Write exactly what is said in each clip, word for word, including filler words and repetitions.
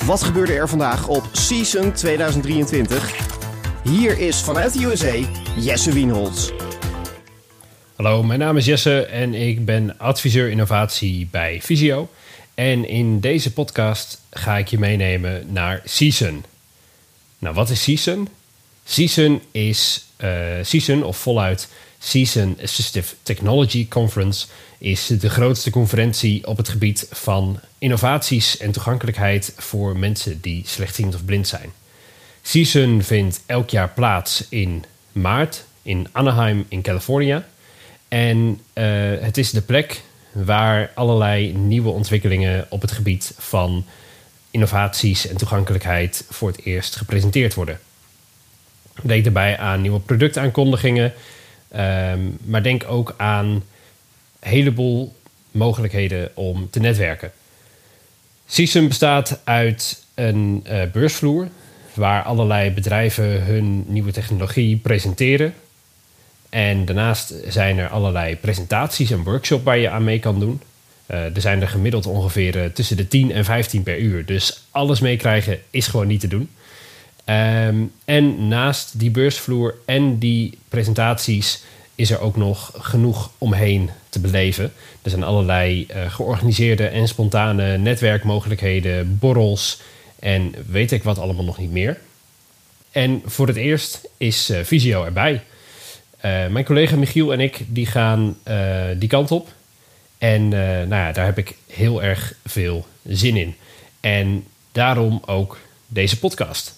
Wat gebeurde er vandaag op Season tweeduizend drieëntwintig? Hier is vanuit de U S A Jesse Wienholz. Hallo, mijn naam is Jesse en ik ben adviseur innovatie bij Visio. En in deze podcast ga ik je meenemen naar Season. Nou, wat is Season? Season is uh, Season of voluit Season Assistive Technology Conference is de grootste conferentie op het gebied van innovaties en toegankelijkheid voor mensen die slechtziend of blind zijn. Season vindt elk jaar plaats in maart in Anaheim in Californië. En uh, het is de plek waar allerlei nieuwe ontwikkelingen op het gebied van innovaties en toegankelijkheid voor het eerst gepresenteerd worden. Denk daarbij aan nieuwe productaankondigingen, um, maar denk ook aan een heleboel mogelijkheden om te netwerken. Season bestaat uit een uh, beursvloer waar allerlei bedrijven hun nieuwe technologie presenteren. En daarnaast zijn er allerlei presentaties en workshops waar je aan mee kan doen. Uh, er zijn er gemiddeld ongeveer uh, tussen de tien en vijftien per uur. Dus alles meekrijgen is gewoon niet te doen. Um, en naast die beursvloer en die presentaties is er ook nog genoeg omheen te beleven. Er zijn allerlei uh, georganiseerde en spontane netwerkmogelijkheden, borrels en weet ik wat allemaal nog niet meer. En voor het eerst is uh, Visio erbij. Uh, mijn collega Michiel en ik die gaan uh, die kant op. En uh, nou ja, daar heb ik heel erg veel zin in. En daarom ook deze podcast.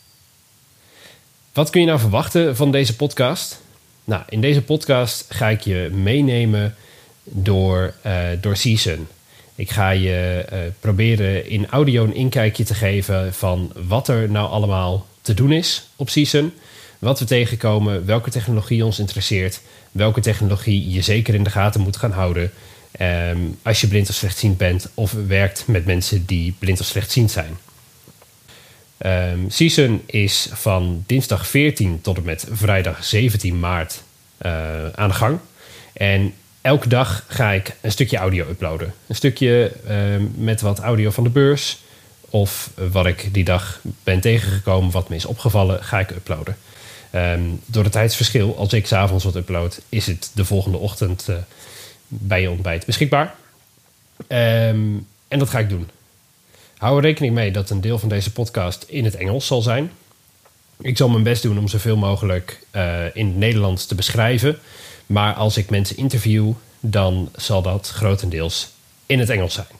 Wat kun je nou verwachten van deze podcast? Nou, in deze podcast ga ik je meenemen door, uh, door Season. Ik ga je uh, proberen in audio een inkijkje te geven van wat er nou allemaal te doen is op Season. Wat we tegenkomen, welke technologie ons interesseert, welke technologie je zeker in de gaten moet gaan houden um, als je blind of slechtziend bent of werkt met mensen die blind of slechtziend zijn. Um, Season is van dinsdag veertien tot en met vrijdag zeventien maart uh, aan de gang. En elke dag ga ik een stukje audio uploaden. Een stukje um, met wat audio van de beurs of wat ik die dag ben tegengekomen, wat me is opgevallen, ga ik uploaden. Um, door het tijdsverschil, als ik 's avonds wat upload, is het de volgende ochtend uh, bij je ontbijt beschikbaar. Um, en dat ga ik doen. Hou er rekening mee dat een deel van deze podcast in het Engels zal zijn. Ik zal mijn best doen om zoveel mogelijk uh, in het Nederlands te beschrijven. Maar als ik mensen interview, dan zal dat grotendeels in het Engels zijn.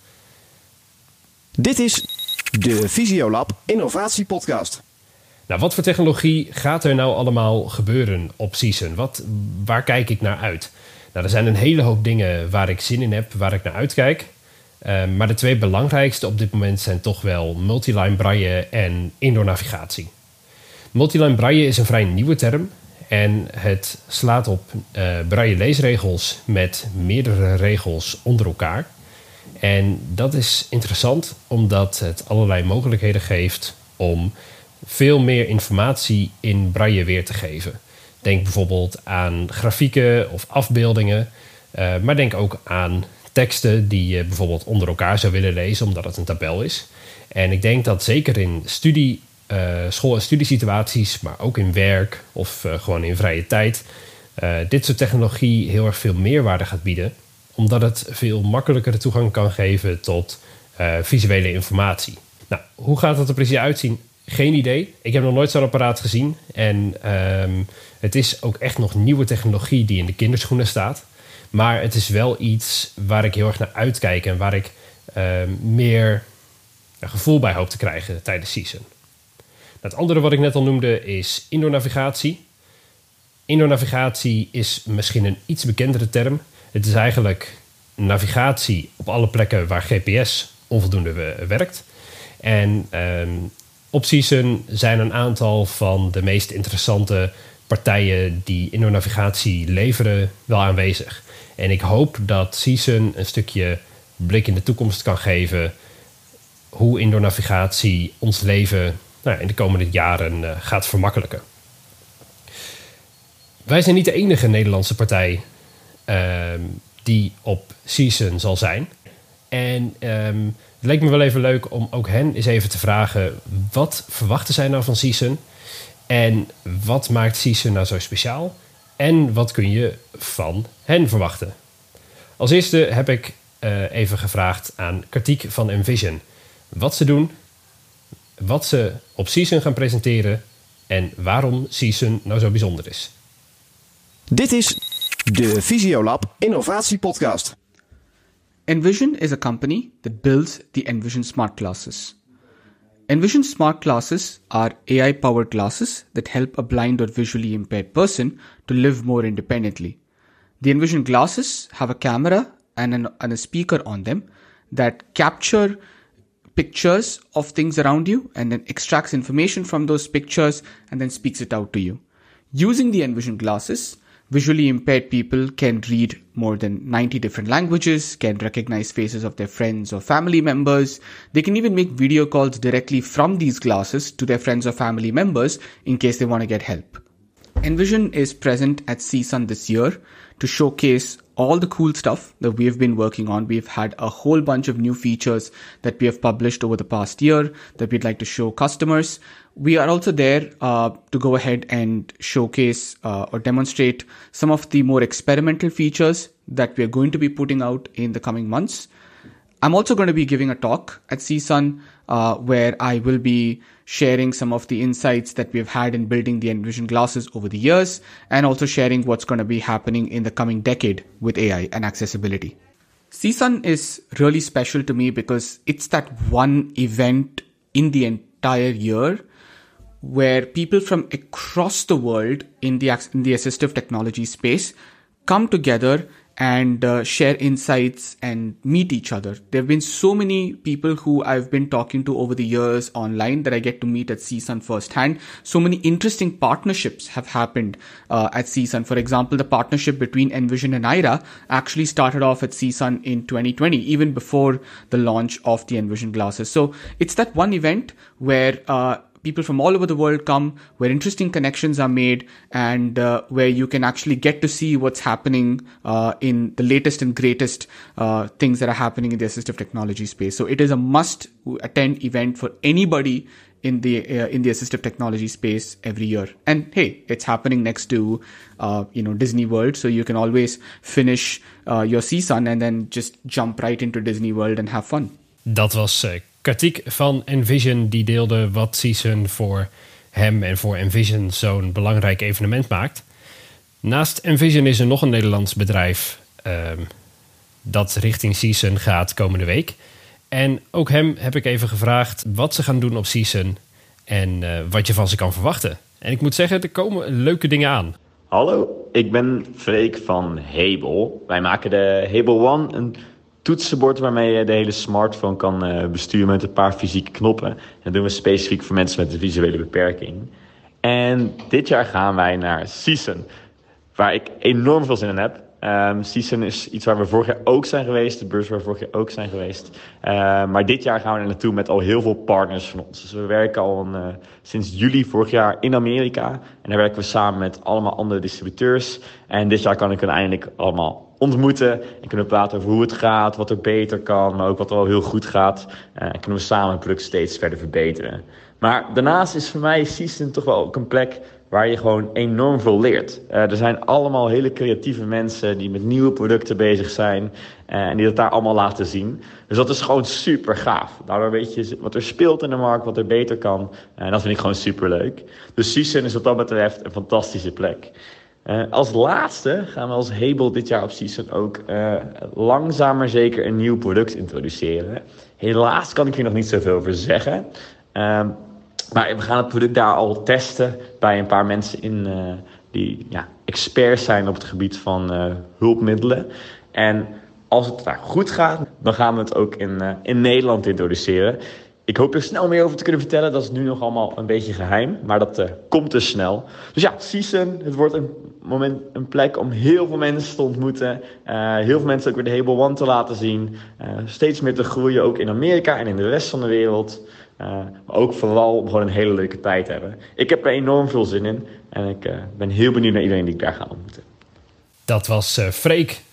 Dit is de Visiolab Innovatie Podcast. Nou, wat voor technologie gaat er nou allemaal gebeuren op Season? Wat, waar kijk ik naar uit? Nou, er zijn een hele hoop dingen waar ik zin in heb, waar ik naar uitkijk. Uh, maar de twee belangrijkste op dit moment zijn toch wel multiline braille en indoor navigatie. Multiline braille is een vrij nieuwe term en het slaat op uh, braille leesregels met meerdere regels onder elkaar. En dat is interessant omdat het allerlei mogelijkheden geeft om veel meer informatie in braille weer te geven. Denk bijvoorbeeld aan grafieken of afbeeldingen, uh, maar denk ook aan teksten die je bijvoorbeeld onder elkaar zou willen lezen omdat het een tabel is. En ik denk dat zeker in studie, uh, school- en studiesituaties, maar ook in werk of uh, gewoon in vrije tijd, uh, dit soort technologie heel erg veel meerwaarde gaat bieden, omdat het veel makkelijker de toegang kan geven tot uh, visuele informatie. Nou, hoe gaat dat er precies uitzien? Geen idee. Ik heb nog nooit zo'n apparaat gezien. En um, het is ook echt nog nieuwe technologie die in de kinderschoenen staat. Maar het is wel iets waar ik heel erg naar uitkijk en waar ik uh, meer een gevoel bij hoop te krijgen tijdens Season. Het andere wat ik net al noemde is indoor navigatie. Indoor navigatie is misschien een iets bekendere term. Het is eigenlijk navigatie op alle plekken waar G P S onvoldoende werkt. En um, op Season zijn een aantal van de meest interessante partijen die indoor navigatie leveren wel aanwezig. En ik hoop dat Season een stukje blik in de toekomst kan geven hoe indoor navigatie ons leven nou, in de komende jaren uh, gaat vermakkelijken. Wij zijn niet de enige Nederlandse partij uh, die op Season zal zijn. En um, het leek me wel even leuk om ook hen eens even te vragen... wat verwachten zij nou van CSUN? En wat maakt CSUN nou zo speciaal? En wat kun je van hen verwachten? Als eerste heb ik uh, even gevraagd aan Kartik van Envision... wat ze doen, wat ze op CSUN gaan presenteren... en waarom CSUN nou zo bijzonder is. Dit is de Visiolab Innovatie Podcast. Envision is a company that builds the Envision smart glasses. Envision smart glasses are A I-powered glasses that help a blind or visually impaired person to live more independently. The Envision glasses have a camera and, an, and a speaker on them that capture pictures of things around you and then extracts information from those pictures and then speaks it out to you. Using the Envision glasses, visually impaired people can read more than ninety different languages, can recognize faces of their friends or family members. They can even make video calls directly from these glasses to their friends or family members in case they want to get help. Envision is present at C SUN this year to showcase all the cool stuff that we've been working on. We've had a whole bunch of new features that we have published over the past year that we'd like to show customers. We are also there uh, to go ahead and showcase uh, or demonstrate some of the more experimental features that we are going to be putting out in the coming months. I'm also going to be giving a talk at C SUN uh, where I will be sharing some of the insights that we've had in building the Envision glasses over the years and also sharing what's going to be happening in the coming decade with A I and accessibility. C SUN is really special to me because it's that one event in the entire year where people from across the world in the, in the assistive technology space come together and uh, share insights and meet each other. There have been so many people who I've been talking to over the years online that I get to meet at C SUN firsthand. So many interesting partnerships have happened uh, at C SUN. For example, the partnership between Envision and Aira actually started off at C SUN in twenty twenty, even before the launch of the Envision glasses. So it's that one event where uh, people from all over the world come, where interesting connections are made, and uh, where you can actually get to see what's happening uh, in the latest and greatest uh, things that are happening in the assistive technology space. So it is a must-attend event for anybody in the uh, in the assistive technology space every year. And hey, it's happening next to uh, you know Disney World, so you can always finish uh, your C SUN and then just jump right into Disney World and have fun. Dat was uh, Kartik van Envision, die deelde wat CSUN voor hem en voor Envision zo'n belangrijk evenement maakt. Naast Envision is er nog een Nederlands bedrijf um, dat richting CSUN gaat komende week. En ook hem heb ik even gevraagd wat ze gaan doen op CSUN en uh, wat je van ze kan verwachten. En ik moet zeggen, er komen leuke dingen aan. Hallo, ik ben Freek van Hebel. Wij maken de Hebel One, een toetsenbord waarmee je de hele smartphone kan uh, besturen met een paar fysieke knoppen. En dat doen we specifiek voor mensen met een visuele beperking. En dit jaar gaan wij naar CSUN, waar ik enorm veel zin in heb. Um, CSUN is iets waar we vorig jaar ook zijn geweest, de beurs waar we vorig jaar ook zijn geweest. Uh, maar dit jaar gaan we er naartoe met al heel veel partners van ons. Dus we werken al een, uh, sinds juli vorig jaar in Amerika. En daar werken we samen met allemaal andere distributeurs. En dit jaar kan ik hen eindelijk allemaal ontmoeten en kunnen praten over hoe het gaat, wat er beter kan, maar ook wat er al heel goed gaat. Uh, en kunnen we samen het product steeds verder verbeteren. Maar daarnaast is voor mij CSUN toch wel ook een plek waar je gewoon enorm veel leert. Uh, er zijn allemaal hele creatieve mensen die met nieuwe producten bezig zijn uh, en die dat daar allemaal laten zien. Dus dat is gewoon super gaaf. Daardoor weet je wat er speelt in de markt, wat er beter kan. En uh, dat vind ik gewoon super leuk. Dus CSUN is wat dat betreft een fantastische plek. Uh, als laatste gaan we als Hebel dit jaar op CSUN ook uh, langzaam maar zeker een nieuw product introduceren. Helaas kan ik hier nog niet zoveel over zeggen. Uh, maar we gaan het product daar al testen bij een paar mensen in, uh, die ja, experts zijn op het gebied van uh, hulpmiddelen. En als het daar goed gaat, dan gaan we het ook in, uh, in Nederland introduceren. Ik hoop er snel meer over te kunnen vertellen. Dat is nu nog allemaal een beetje geheim. Maar dat uh, komt dus snel. Dus ja, CSUN, het wordt een, moment, een plek om heel veel mensen te ontmoeten. Uh, heel veel mensen ook weer de Hebel One te laten zien. Uh, steeds meer te groeien, ook in Amerika en in de rest van de wereld. Uh, maar ook vooral om gewoon een hele leuke tijd te hebben. Ik heb er enorm veel zin in. En ik uh, ben heel benieuwd naar iedereen die ik daar ga ontmoeten. Dat was uh, Freek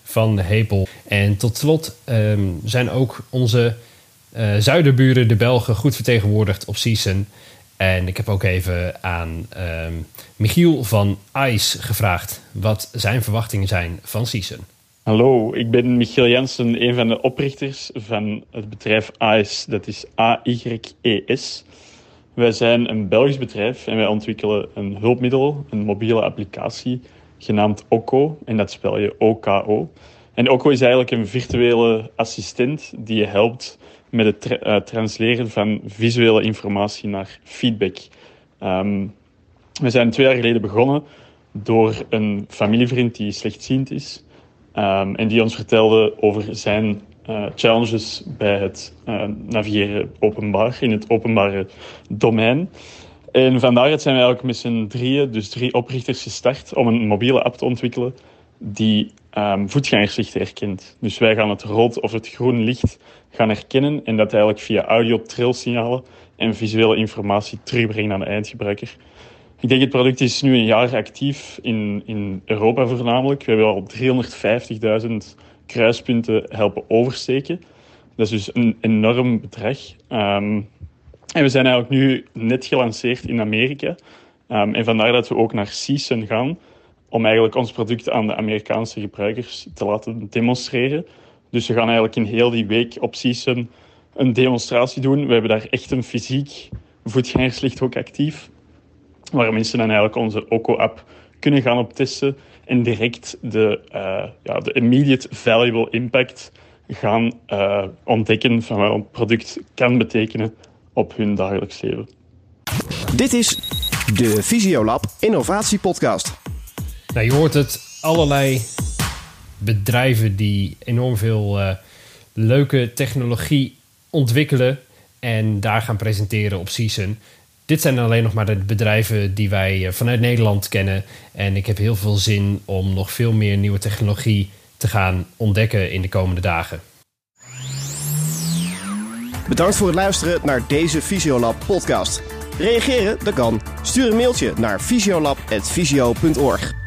van Hebel. En tot slot um, zijn ook onze uh, zuiderburen, de Belgen, goed vertegenwoordigd op CSUN. En ik heb ook even aan um, Michiel van ICE gevraagd wat zijn verwachtingen zijn van CSUN. Hallo, ik ben Michiel Jansen, een van de oprichters van het bedrijf ICE. Dat is A Y E S. Wij zijn een Belgisch bedrijf en wij ontwikkelen een hulpmiddel, een mobiele applicatie, genaamd Okko. En dat spel je O K O. En Okko is eigenlijk een virtuele assistent die je helpt met het tra- uh, transleren van visuele informatie naar feedback. Um, we zijn twee jaar geleden begonnen door een familievriend die slechtziend is. Um, en die ons vertelde over zijn uh, challenges bij het uh, navigeren openbaar, in het openbare domein. En vandaar zijn we eigenlijk met z'n drieën, dus drie oprichters, gestart om een mobiele app te ontwikkelen die um, voetgangerslicht herkent. Dus wij gaan het rood of het groen licht gaan herkennen en dat eigenlijk via audio-trilsignalen en visuele informatie terugbrengen aan de eindgebruiker. Ik denk het product is nu een jaar actief in, in Europa voornamelijk. We hebben al driehonderdvijftigduizend kruispunten helpen oversteken. Dat is dus een enorm bedrag. Um, en we zijn eigenlijk nu net gelanceerd in Amerika. Um, en vandaar dat we ook naar CSUN gaan om eigenlijk ons product aan de Amerikaanse gebruikers te laten demonstreren. Dus we gaan eigenlijk in heel die week op CSUN een demonstratie doen. We hebben daar echt een fysiek voetgangerslicht ook actief, waar mensen dan eigenlijk onze Okko-app kunnen gaan optesten en direct de, uh, ja, de immediate valuable impact gaan uh, ontdekken van wat een product kan betekenen op hun dagelijks leven. Dit is de Visiolab Innovatie Podcast. Nou, je hoort het, allerlei bedrijven die enorm veel uh, leuke technologie ontwikkelen en daar gaan presenteren op CSUN. Dit zijn alleen nog maar de bedrijven die wij vanuit Nederland kennen. En ik heb heel veel zin om nog veel meer nieuwe technologie te gaan ontdekken in de komende dagen. Bedankt voor het luisteren naar deze Visiolab podcast. Reageren? Dat kan. Stuur een mailtje naar visiolab punt visio punt org.